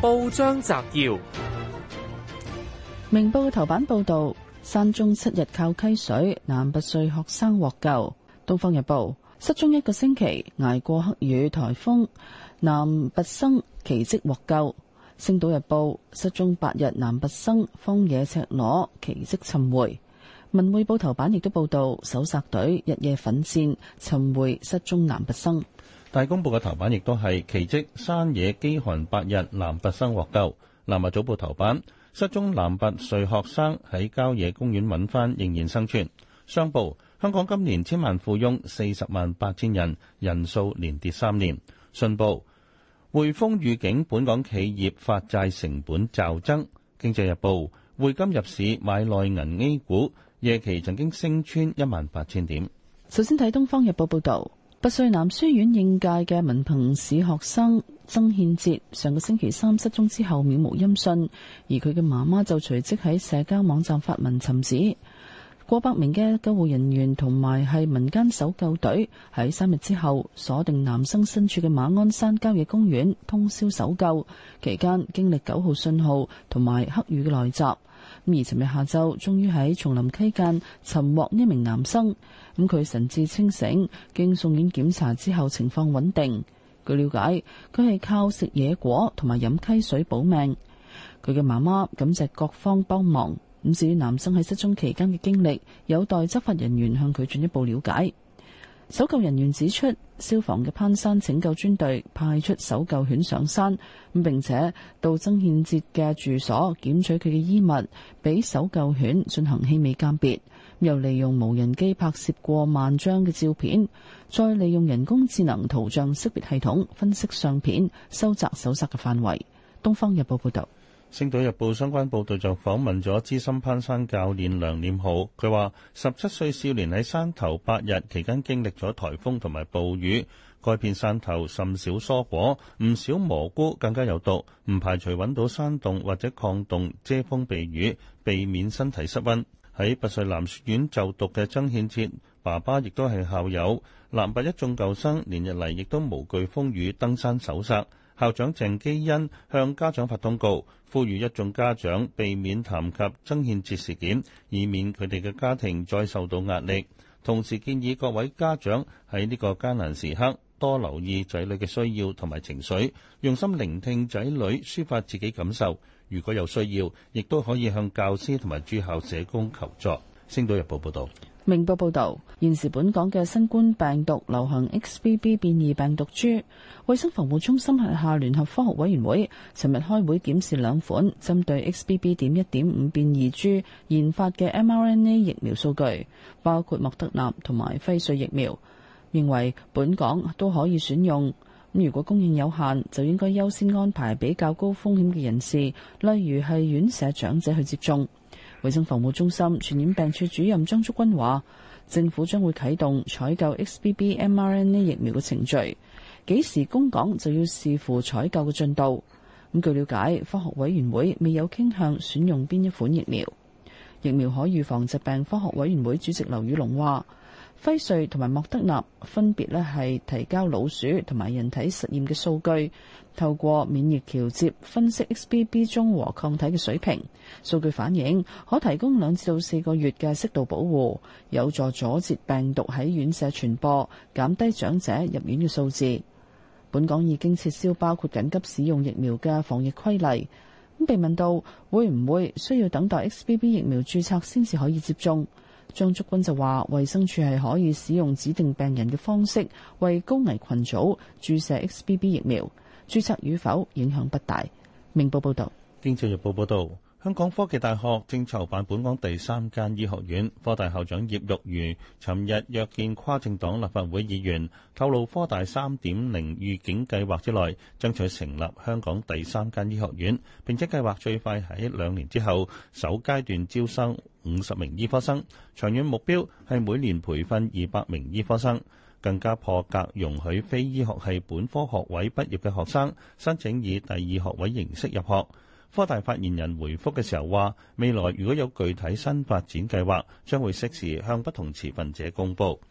報章摘要： 明報嘅頭版報道，山中7日靠溪水，男拔萃學生獲救。東方日報，失蹤1個星期，捱過黑雨颱風，男拔生奇蹟獲救。星島日報，失蹤8日男拔生荒野赤裸奇蹟尋回。文匯報頭版亦都報道，搜索隊日夜奮戰尋回失蹤男拔生。 大公報嘅頭版亦都係奇蹟，山野饑寒8日男拔生獲救。南華早報頭版，失蹤男拔萃學生喺郊野公園揾翻，仍然生存。商報，香港今年千萬富翁40萬8千人，人數連跌3年。信報，匯豐預警本港企業發債成本驟增。經濟日報，匯金入市買內銀 A 股，夜期曾經升穿18000點。 首先睇東方日報報道，拔萃男書院應屆嘅文憑試學生曾憲哲上個星期三失蹤之後渺無音訊，而佢嘅媽媽就隨即喺社交網站發文尋子。過百名嘅救護人員同埋係民間搜救隊喺3日之後鎖定男生身處嘅馬鞍山郊野公園，通宵搜救。期間經歷9號信號同埋黑雨嘅來襲，而尋日下晝終於喺叢林溪澗尋獲一名男生。佢神志清醒，經送院檢查之後情況穩定。據了解，佢係靠食野果同埋飲溪水保命。佢嘅媽媽感謝各方幫忙。至於男生喺失蹤期間嘅經歷，有待執法人員向佢進一步了解。搜救人員指出，消防嘅攀山拯救專隊派出搜救犬上山，並且到曾憲哲嘅住所檢取佢嘅衣物，俾搜救犬進行氣味鑑別，又利用無人機拍攝過萬張嘅照片，再利用人工智能圖像識別系統分析相片，收窄搜索嘅範圍。東方日報報道。 星島日報相關報導就訪問咗資深攀山教練梁念浩，佢話17歲少年喺山頭8日期間經歷咗颱風同埋暴雨，該片山頭甚少蔬果，唔少蘑菇更加有毒，唔排除揾到山洞或者礦洞遮風避雨，避免身體失溫。喺拔萃男書院就讀嘅曾憲哲爸爸亦都係校友，男拔一眾舊生連日嚟亦都無懼風雨登山搜索。校長鄭基恩向家長發通告，呼籲一眾家長避免談及曾憲哲事件，以免佢哋嘅家庭再受到壓力。同時建議各位家長喺呢個艱難時刻多留意仔女嘅需要同埋情緒，用心聆聽仔女抒發自己感受。如果有需要，亦都可以向教師同埋駐校社工求助。星島日報報道。 明報報導，現時本港嘅新冠病毒流行 XBB 變異病毒株，衛生防護中心轄下聯合科學委員會尋日開會檢視2款針對 XBB.1.5 變異株研發嘅 mRNA 疫苗數據，包括莫德納同埋輝瑞疫苗，認為本港都可以選用。如果供應有限，就應該優先安排比較高風險嘅人士，例如係院舍長者去接種。衛生防護中心傳染病處主任張竹君話，政府將會啟動採購 XBB mRNA 疫苗嘅程序，幾時供港就要視乎採購嘅進度。據了解，科學委員會未有傾向選用邊一款疫苗。疫苗可預防疾病科學委員會主席劉宇龍話，輝瑞同埋莫德納分別係提交老鼠同埋人體實驗嘅數據，透過免疫橋接分析 XBB 中和抗體嘅水平，數據反映可提供2至4個月嘅適度保護，有助阻截病毒喺院舍傳播，減低長者入院嘅數字。本港已經撤銷包括緊急使用疫苗嘅防疫規例。被問到會唔會需要等待 XBB 疫苗註冊先至可以接種，張竹君就話，衛生署係可以使用指定病人嘅方式為高危群組注射 XBB 疫苗，註冊與否影響不大。明報報道。 經濟日報報道，香港科技大學正籌辦本港第3間醫學院。科大校長葉玉如尋日約見跨政黨立法會議員，透露科大 3.0 預警計劃之內爭取成立香港第3間醫學院，並且計劃最快喺2年之後首階段招生50名醫科生，長遠目標係每年培訓200名醫科生，更加破格容許非醫學系本科學位畢業嘅學生申請以第2學位形式入學。科大發言人回覆嘅時候話，未來如果有具體新發展計劃，將會適時向不同持份者公佈。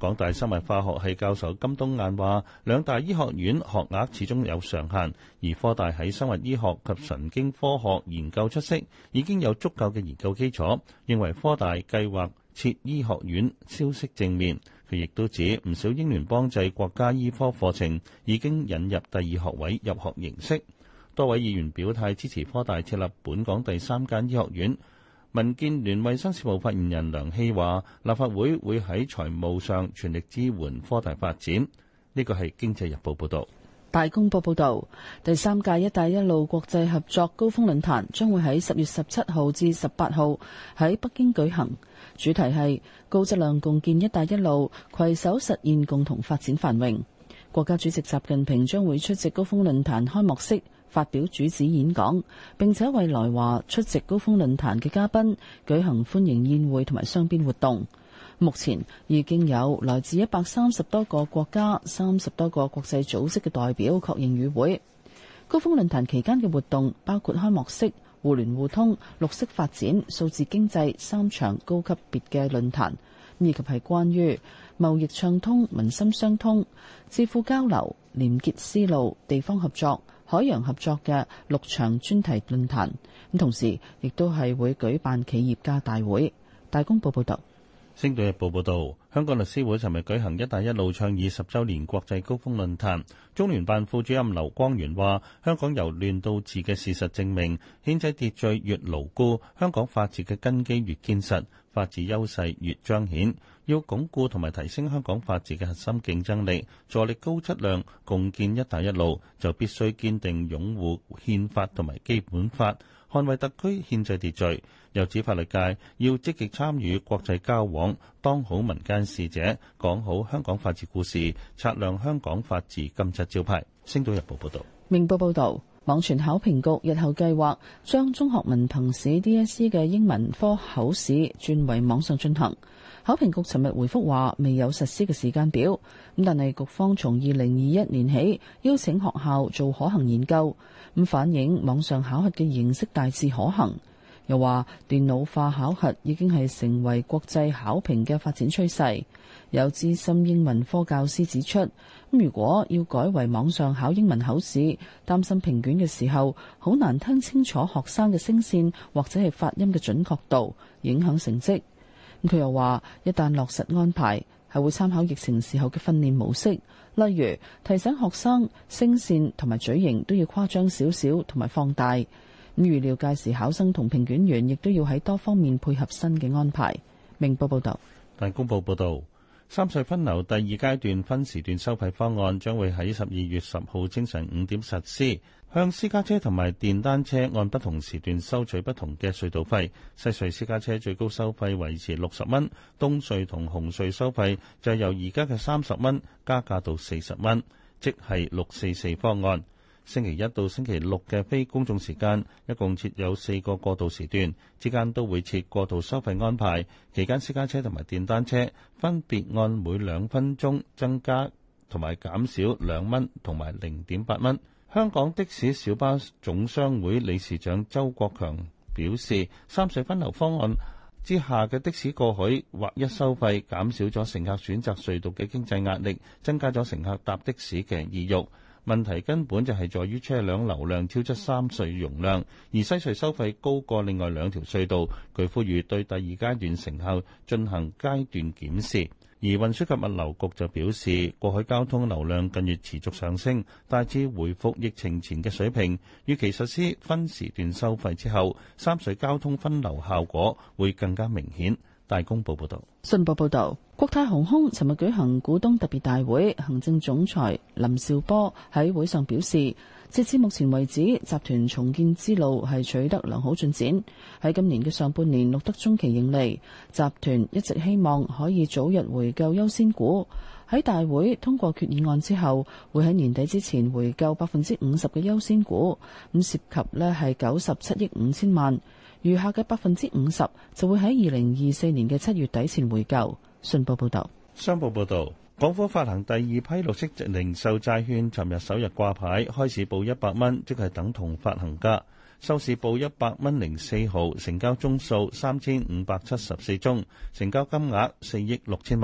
港大生物化學系教授金冬雁話，兩大醫學院學額始終有上限，而科大喺生物醫學及神經科學研究出色，已經有足夠嘅研究基礎，認為科大計劃設醫學院消息正面。佢亦都指唔少英聯邦制國家醫科課程已經引入第二學位入學形式。多位議員表態支持科大設立本港第3間醫學院。民建聯衛生事務發言人梁希話，立法會會喺財務上全力支援科大發展。呢個係《經濟日報》報導。 大公報報導，第3屆「一帶一路」國際合作高峰論壇將會喺10月17號至18號喺北京舉行，主題係高質量共建「一帶一路」，攜手實現共同發展繁榮。國家主席習近平將會出席高峰論壇開幕式，發表主旨演講，並且為來華出席高峰論壇嘅嘉賓舉行歡迎宴會同埋雙邊活動。目前已經有來自130多個國家、30多個國際組織嘅代表確認與會。高峰論壇期間嘅活動包括開幕式、互聯互通、綠色發展、數字經濟3場高級別嘅論壇，以及係關於貿易暢通、民心相通、智庫交流、廉潔絲路、地方合作、海洋合作嘅6場專題論壇。咁同時亦都係會舉辦企業家大會。大公報報道。 星島日報報導，香港律師會尋日舉行「一帶一路」倡議10週年國際高峰論壇。中聯辦副主任劉光源話：香港由亂到治嘅事實證明，憲制秩序越牢固，香港法治嘅根基越堅實，法治優勢越彰顯。要鞏固同埋提升香港法治嘅核心競爭力，助力高質量共建「一帶一路」，就必須堅定擁護憲法同埋基本法，捍衛特區憲制秩序。又指法律界要積極參與國際交往，當好民間使者，講好香港法治故事，擦亮香港法治金漆招牌。星島日報報道。 明報報道，網傳考評局日後計劃將中學文憑試 DSE 嘅英文科口試轉為網上進行。考評局尋日回覆話，未有實施嘅時間表，咁但係局方從2021年起邀請學校做可行研究，咁反映網上考核嘅形式大致可行。又話電腦化考核已經係成為國際考評嘅發展趨勢。有資深英文科教師指出，如果要改為網上考英文口試，擔心評卷嘅時候好難聽清楚學生嘅聲線或者係發音嘅準確度，影響成績。佢又話，一旦落實安排，係會參考疫情時候嘅訓練模式，例如提醒學生聲線同埋嘴型都要誇張少少同埋放大。預料屆時考生同評卷員亦都要喺多方面配合新嘅安排。明報報道。 大公報報導，三隧分流第2階段分時段收費方案將會喺12月10號清晨5點實施，向私家車同埋電單車按不同時段收取不同嘅隧道費。西隧私家車最高收費維持60蚊，東隧同紅隧收費就由而家嘅30蚊加價到40蚊，即係644方案。星期一到星期六嘅非公眾時間，一共設有4個過渡時段，之間都會設過渡收費安排。期間私家車同埋電單車分別按每2分鐘增加同埋減少2蚊同埋0.8蚊。香港的士小巴總商會理事長周國強表示，三隧分流方案之下嘅的士過海劃一收費，減少咗乘客選擇隧道嘅經濟壓力，增加咗乘客搭的士嘅意欲。問題根本就係在於車輛流量超出三隧容量，而西隧收費高過另外2條隧道。佢呼籲對第2階段成效進行階段檢視。而運輸及物流局就表示，過海交通流量近月持續上升，大致回復疫情前嘅水平。預期實施分時段收費之後，三隧交通分流效果會更加明顯。大公報報道。 信報報導，國泰航空尋日舉行股東特別大會，行政總裁林紹波喺會上表示，截至目前為止，集團重建之路係取得良好進展，喺今年嘅上半年錄得中期盈利。集團一直希望可以早日回購優先股。喺大會通過決議案之後，會喺年底之前回購50%嘅優先股，咁涉及呢係97億5千萬。餘下嘅50%就會喺2024年嘅7月底前回購。信報報導。 商報報導，港府發行第2批綠色零售債券，尋日首日掛牌，開市報100蚊，即係等同發行價。收市報100蚊04毫，成交宗數3574宗，成交金額4億6千萬。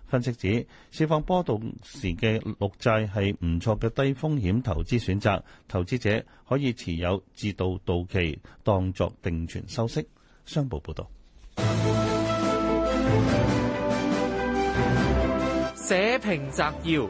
分析指，市況波動時嘅綠債係唔錯嘅低風險投資選擇，投資者可以持有至到到期，當作定存收息。商報報導。 社評摘要：《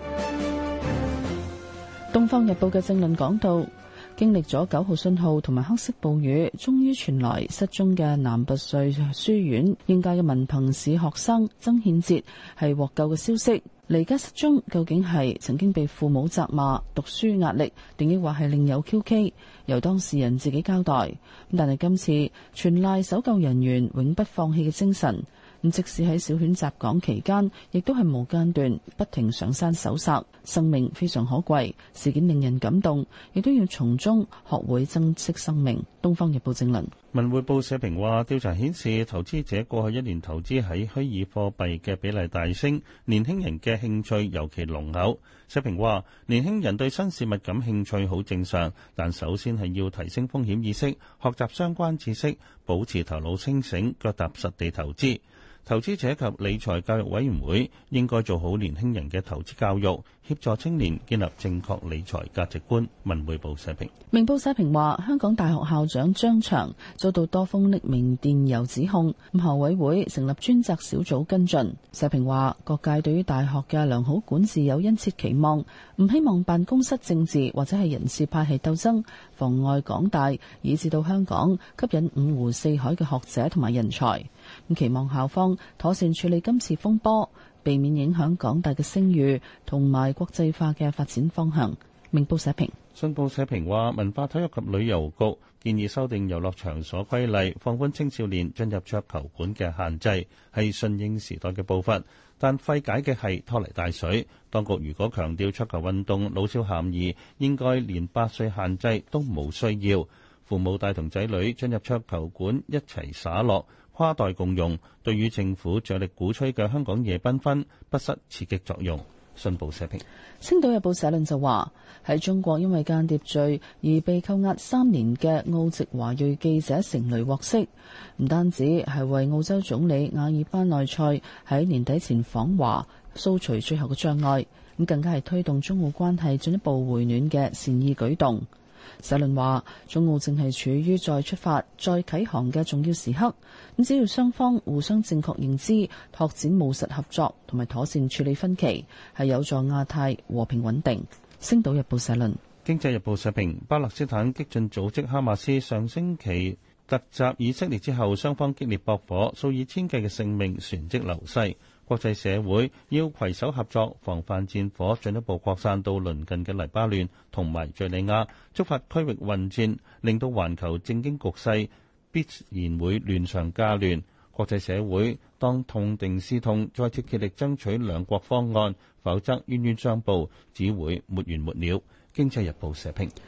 東方日報》嘅政論講到，經歷咗9號信號同埋黑色暴雨，終於傳來失蹤嘅南拔萃書院應屆嘅文憑試學生曾憲哲係獲救嘅消息。離家失蹤究竟係曾經被父母責罵、讀書壓力，定抑或係另有蹊蹺？由當事人自己交代。但係今次全賴搜救人員永不放棄嘅精神。咁即使喺小犬襲港期間，亦都係無間斷不停上山搜索，生命非常可貴。事件令人感動，亦都要從中學會珍惜生命。《東方日報》正論。 文匯報社評話，調查顯示投資者過去一年投資喺虛擬貨幣嘅比例大升，年輕人嘅興趣尤其濃厚。社評話，年輕人對新事物感興趣好正常，但首先係要提升風險意識，學習相關知識，保持頭腦清醒，腳踏實地投資。投資者及理財教育委員會應該做好年輕人嘅投資教育，協助青年建立正確理財價值觀。文匯報社評。 明報社評話，香港大學校長張翔遭到多封匿名電郵指控，校委會成立專責小組跟進。社評話，各界對於大學嘅良好管治有殷切期望，唔希望辦公室政治或者係人事派系鬥爭妨礙港大以至到香港吸引五湖四海嘅學者同埋人才。咁期望校方妥善處理今次風波，避免影響港大嘅聲譽同埋國際化嘅發展方向。明報社評。 信報社評話，文化體育及旅遊局建議修訂遊樂場所規例，放寬青少年進入桌球館嘅限制，係順應時代嘅步伐，但費解嘅係拖泥帶水。當局如果強調桌球運動老少咸宜，應該連8歲限制都冇需要。父母帶同仔女進入桌球館一齊耍樂，跨代共用，對於政府着力鼓吹嘅香港夜繽紛不失刺激作用。信報社評。《 星島日報》社論就話，喺中國因為間諜罪而被扣押3年嘅澳籍華裔記者成蕾獲釋，唔單止係為澳洲總理亞爾巴內塞喺年底前訪華掃除最後嘅障礙，咁更加係推動中澳關係進一步回暖嘅善意舉動。社論話，中澳正係處於再出發、再啟航嘅重要時刻。咁只要雙方互相正確認知、拓展務實合作同埋妥善處理分歧，係有助亞太和平穩定。星島日報社論。 經濟日報社評，巴勒斯坦激進組織哈馬斯上星期突襲以色列之後，雙方激烈駁火，數以千計嘅性命旋即流逝。國際社會要攜手合作，防範戰火進一步擴散到鄰近嘅黎巴嫩同埋敘利亞，觸發區域混戰，令到環球政經局勢必然會亂上加亂。國際社會當痛定思痛，再次竭力爭取兩國方案，否則冤冤相報，只會沒完沒了。經濟日報社評。